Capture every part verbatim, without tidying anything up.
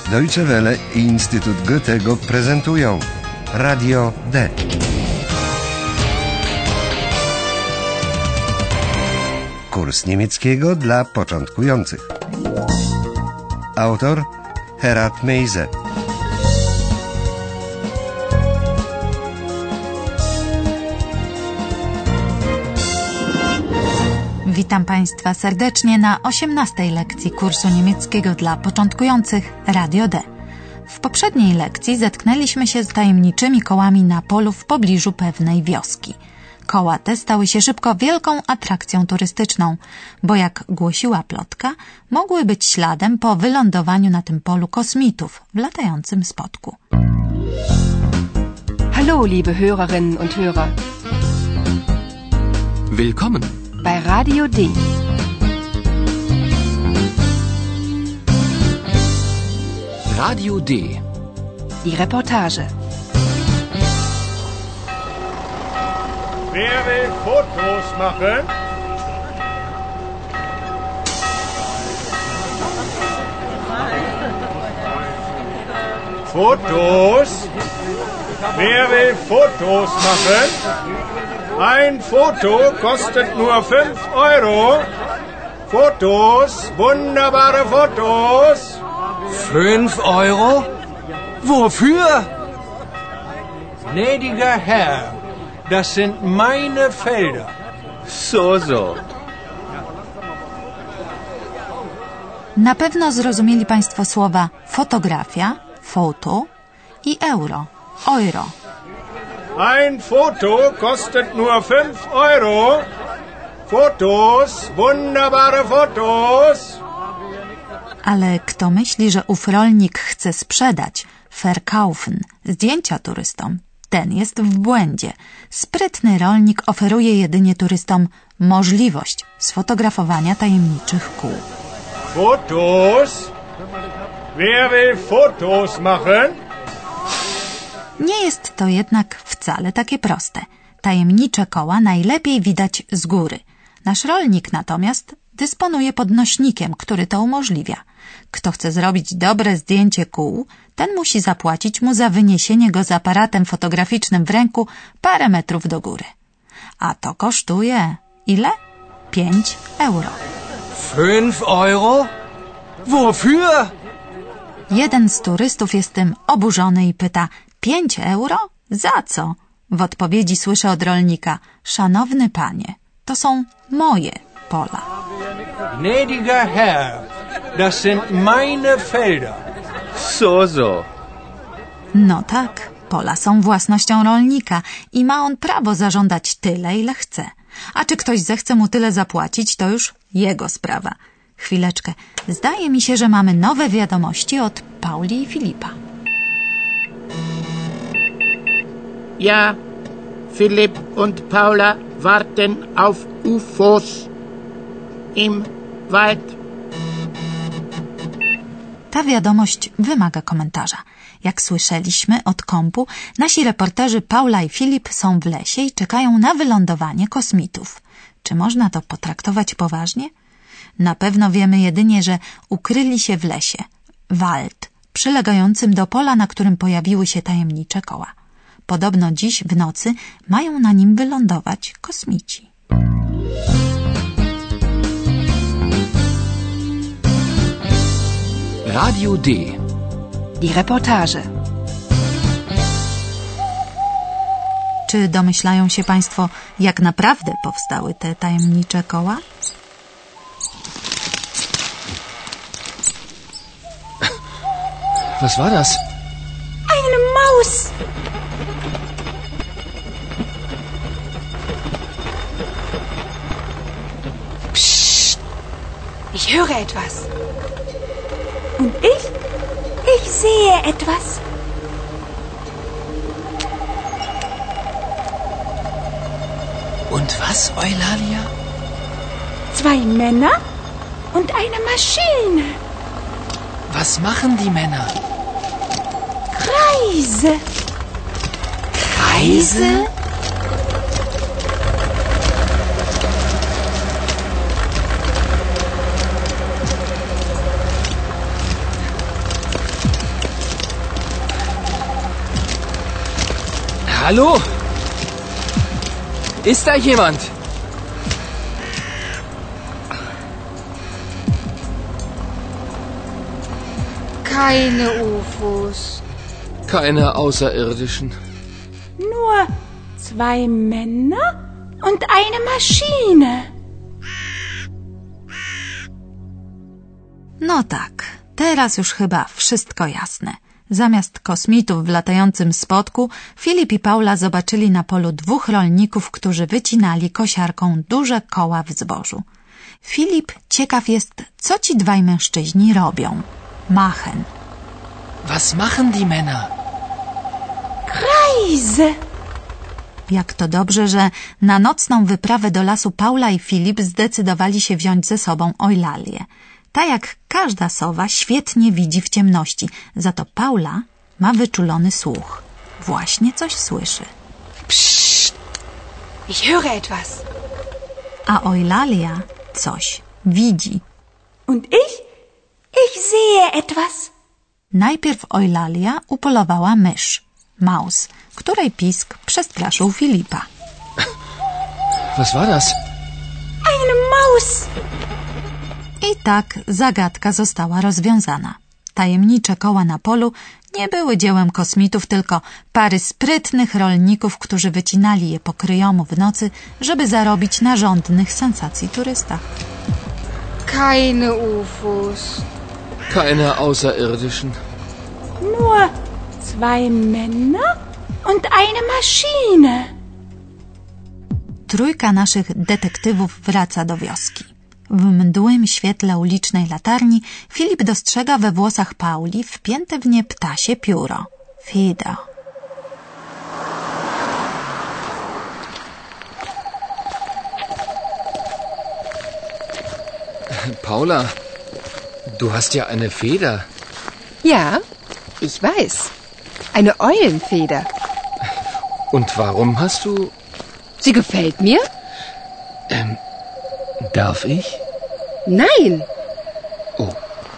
Deutsche Welle i Instytut Goethego prezentują Radio D. Kurs niemieckiego dla początkujących. Autor Herat Meise. Witam Państwa serdecznie na osiemnastej lekcji kursu niemieckiego dla początkujących Radio D. W poprzedniej lekcji zetknęliśmy się z tajemniczymi kołami na polu w pobliżu pewnej wioski. Koła te stały się szybko wielką atrakcją turystyczną, bo jak głosiła plotka, mogły być śladem po wylądowaniu na tym polu kosmitów w latającym spotku. Hallo, liebe Hörerinnen und Hörer. Willkommen bei Radio D. Radio D. Die Reportage. Wer will Fotos machen? Fotos? Wer will Fotos machen? Ein Foto kostet nur fünf Euro. Fotos, wunderbare Fotos. Fünf Euro? Wofür? Gnädiger Herr, das sind meine Felder. So, so. Na pewno zrozumieli Państwo słowa fotografia, foto i euro, euro. Ein Foto kostet nur fünf Euro. Fotos, wunderbare Fotos. Ale kto myśli, że ów rolnik chce sprzedać, verkaufen, zdjęcia turystom, ten jest w błędzie. Sprytny rolnik oferuje jedynie turystom możliwość sfotografowania tajemniczych kół. Fotos? Wer will Fotos machen? Nie jest to jednak wcale takie proste. Tajemnicze koła najlepiej widać z góry. Nasz rolnik natomiast dysponuje podnośnikiem, który to umożliwia. Kto chce zrobić dobre zdjęcie kół, ten musi zapłacić mu za wyniesienie go z aparatem fotograficznym w ręku parę metrów do góry. A to kosztuje ile? Pięć euro. Fünf Euro? Wofür? Jeden z turystów jest tym oburzony i pyta: pięć euro? Za co? W odpowiedzi słyszę od rolnika: szanowny panie, to są moje pola. Gnädiger Herr, das sind meine Felder. So, so. No tak, pola są własnością rolnika i ma on prawo zażądać tyle, ile chce. A czy ktoś zechce mu tyle zapłacić, to już jego sprawa. Chwileczkę, zdaje mi się, że mamy nowe wiadomości od Pauli i Filipa. Ja, Philipp und Paula warten auf U F Os im Wald. Ta wiadomość wymaga komentarza. Jak słyszeliśmy od kompu, nasi reporterzy Paula i Filip są w lesie i czekają na wylądowanie kosmitów. Czy można to potraktować poważnie? Na pewno wiemy jedynie, że ukryli się w lesie, Wald, przylegającym do pola, na którym pojawiły się tajemnicze koła. Podobno dziś w nocy mają na nim wylądować kosmici. Radio D. Die Reportage. Czy domyślają się Państwo, jak naprawdę powstały te tajemnicze koła? Was war das? Eine Maus! Psst! Ich höre etwas. Und ich? Ich sehe etwas. Und was, Eulalia? Zwei Männer und eine Maschine. Was machen die Männer? Kreise. Kreise? Hallo? Ist da jemand? Keine U F Os. Keine Außerirdischen. Nur zwei Männer und eine Maschine. No tak, teraz już chyba wszystko jasne. Zamiast kosmitów w latającym spodku, Filip i Paula zobaczyli na polu dwóch rolników, którzy wycinali kosiarką duże koła w zbożu. Filip ciekaw jest, co ci dwaj mężczyźni robią. Machen. Was machen die Männer? Kreise. Jak to dobrze, że na nocną wyprawę do lasu Paula i Filip zdecydowali się wziąć ze sobą Eulalię. Ta jak każda sowa świetnie widzi w ciemności, za to Paula ma wyczulony słuch. Właśnie coś słyszy. Psst. Ich höre etwas. A Eulalia coś widzi. Und ich? Ich sehe etwas. Najpierw Eulalia upolowała mysz, Maus, której pisk przestraszył Filipa. Was war das? Eine Maus. I tak zagadka została rozwiązana. Tajemnicze koła na polu nie były dziełem kosmitów, tylko pary sprytnych rolników, którzy wycinali je po kryjomu w nocy, żeby zarobić na żądnych sensacji turystach. Keine U F Os. Keine Außerirdischen. Nur zwei Männer und eine Maschine. Trójka naszych detektywów wraca do wioski. W mdłym świetle ulicznej latarni Filip dostrzega we włosach Pauli wpięte w nie ptasie pióro. Feder. Paula, du hast ja eine Feder. Ja, ich weiß. Eine Eulenfeder. Und warum hast du... Sie gefällt mir? Ähm, darf ich? Nein. Oh.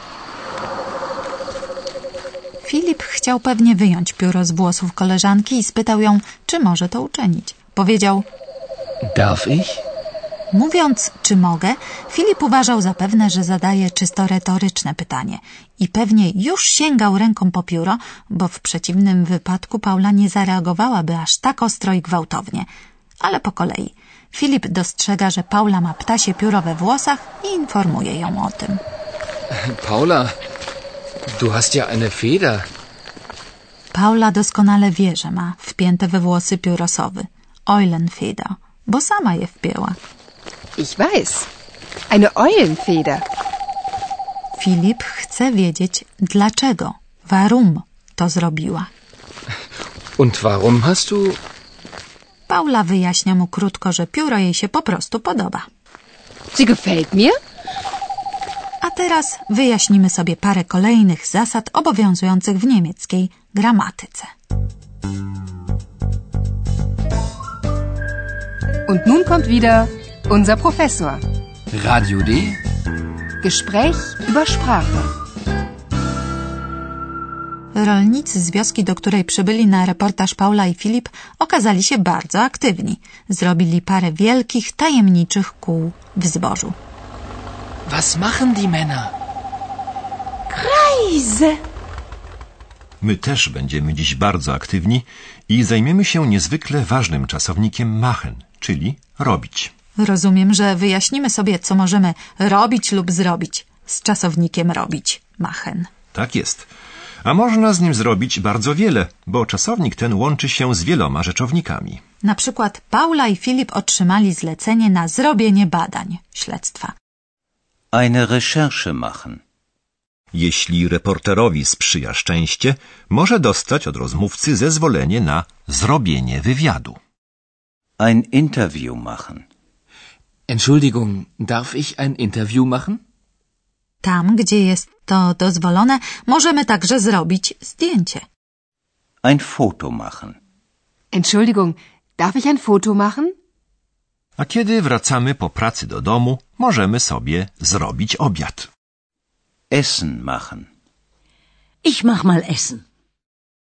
Filip chciał pewnie wyjąć pióro z włosów koleżanki i spytał ją, czy może to uczynić. Powiedział: Darf ich? Mówiąc, czy mogę, Filip uważał zapewne, że zadaje czysto retoryczne pytanie i pewnie już sięgał ręką po pióro, bo w przeciwnym wypadku Paula nie zareagowałaby aż tak ostro i gwałtownie. Ale po kolei. Filip dostrzega, że Paula ma ptasie pióro we włosach i informuje ją o tym. Paula, du hast ja eine Feder. Paula doskonale wie, że ma wpięte we włosy pióro sowy. Eulenfeder, bo sama je wpięła. Ich weiß. Eine Eulenfeder. Filip chce wiedzieć, dlaczego, warum to zrobiła. Und warum hast du... Paula wyjaśnia mu krótko, że pióro jej się po prostu podoba. Sie gefällt mir? A teraz wyjaśnimy sobie parę kolejnych zasad obowiązujących w niemieckiej gramatyce. Und nun kommt wieder unser Professor. Radio D? Gespräch über Sprache. Rolnicy z wioski, do której przybyli na reportaż Paula i Filip, okazali się bardzo aktywni. Zrobili parę wielkich, tajemniczych kół w zbożu. Was machen die Männer? Kreise. My też będziemy dziś bardzo aktywni i zajmiemy się niezwykle ważnym czasownikiem machen, czyli robić. Rozumiem, że wyjaśnimy sobie, co możemy robić lub zrobić z czasownikiem robić, machen. Tak jest. A można z nim zrobić bardzo wiele, bo czasownik ten łączy się z wieloma rzeczownikami. Na przykład Paula i Filip otrzymali zlecenie na zrobienie badań, śledztwa. Eine Recherche machen. Jeśli reporterowi sprzyja szczęście, może dostać od rozmówcy zezwolenie na zrobienie wywiadu. Ein Interview machen. Entschuldigung, darf ich ein Interview machen? Tam, gdzie jest to dozwolone, możemy także zrobić zdjęcie. Ein Foto machen. Entschuldigung, darf ich ein Foto machen? A kiedy wracamy po pracy do domu, możemy sobie zrobić obiad. Essen machen. Ich mach mal Essen.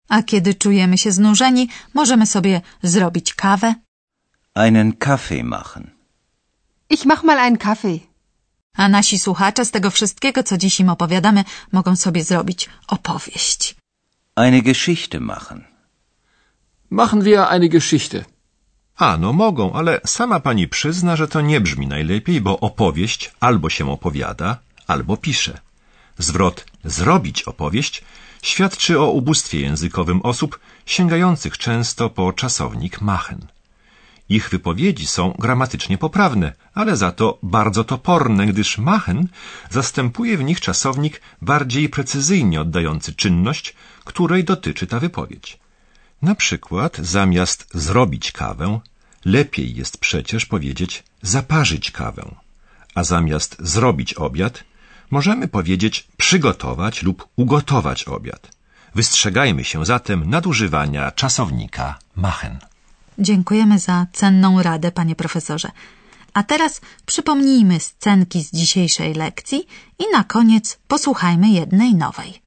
A kiedy czujemy się znużeni, możemy sobie zrobić kawę. Einen Kaffee machen. Ich mach mal einen Kaffee. A nasi słuchacze z tego wszystkiego, co dziś im opowiadamy, mogą sobie zrobić opowieść. Eine Geschichte machen. Machen wir eine Geschichte. A, no mogą, ale sama pani przyzna, że to nie brzmi najlepiej, bo opowieść albo się opowiada, albo pisze. Zwrot zrobić opowieść świadczy o ubóstwie językowym osób sięgających często po czasownik machen. Ich wypowiedzi są gramatycznie poprawne, ale za to bardzo toporne, gdyż machen zastępuje w nich czasownik bardziej precyzyjnie oddający czynność, której dotyczy ta wypowiedź. Na przykład zamiast zrobić kawę, lepiej jest przecież powiedzieć zaparzyć kawę, a zamiast zrobić obiad, możemy powiedzieć przygotować lub ugotować obiad. Wystrzegajmy się zatem nadużywania czasownika machen. Dziękujemy za cenną radę, panie profesorze. A teraz przypomnijmy scenki z dzisiejszej lekcji i na koniec posłuchajmy jednej nowej.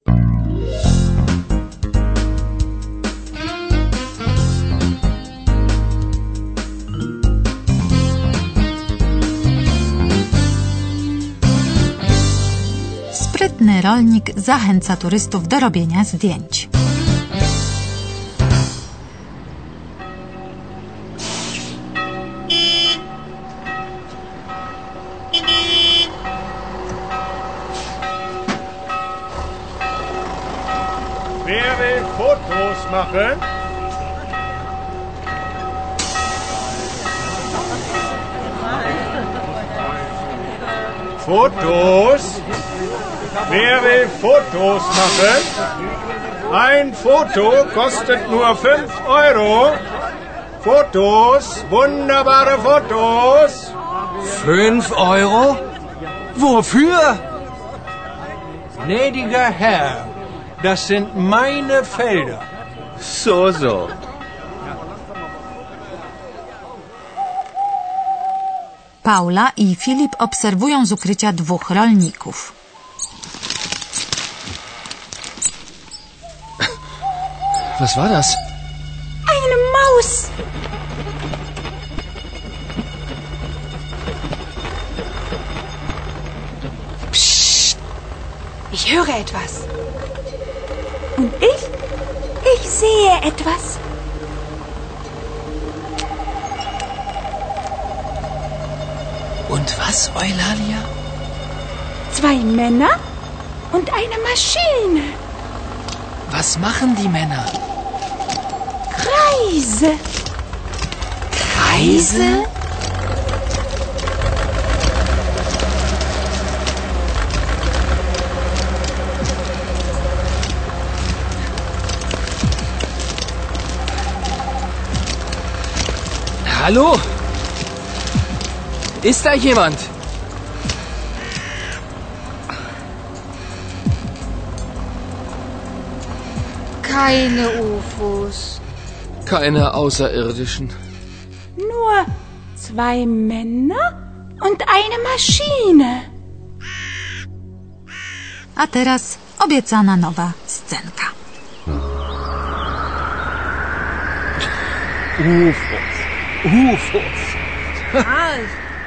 Sprytny rolnik zachęca turystów do robienia zdjęć. Wer will Fotos machen? Fotos? Wer will Fotos machen? Ein Foto kostet nur fünf Euro. Fotos, wunderbare Fotos. Fünf Euro? Wofür? Gnädiger Herr, das sind meine Felder. So, so. Paula i Filip obserwują z ukrycia dwóch rolników. Was war das? Eine Maus. Psst. Ich höre etwas. Und ich? Ich sehe etwas. Und was, Eulalia? Zwei Männer und eine Maschine. Was machen die Männer? Kreise. Kreise? Hallo? Ist da jemand? Keine U F Os. Keine Außerirdischen. Nur zwei Männer und eine Maschine. A teraz obiecana nowa scenka. U F Os. U F Os. Karl!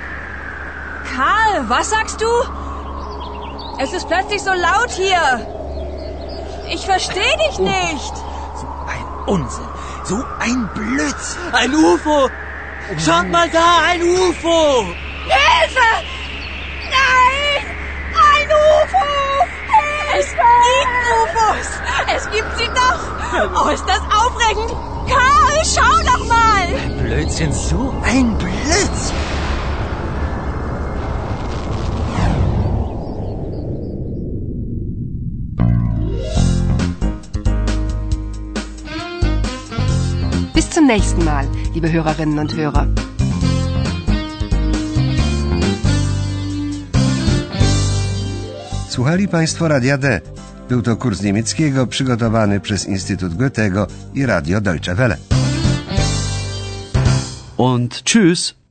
Karl, was sagst du? Es ist plötzlich so laut hier. Ich verstehe dich nicht. So ein Unsinn. So ein Blödsinn. Ein U F O. Schaut mal da, ein U F O. Hilfe! Nein! Ein U F O! Es gibt U F Os. Es gibt sie doch. Oh, ist das aufregend. Karl, schau doch mal. Blödsinn, so ein Blödsinn. Bis zum nächsten Mal, liebe Hörerinnen und Hörer. Słuchali Państwo Radia D. Był to kurs niemieckiego przygotowany przez Instytut Goethego i Radio Deutsche Welle. Und tschüss.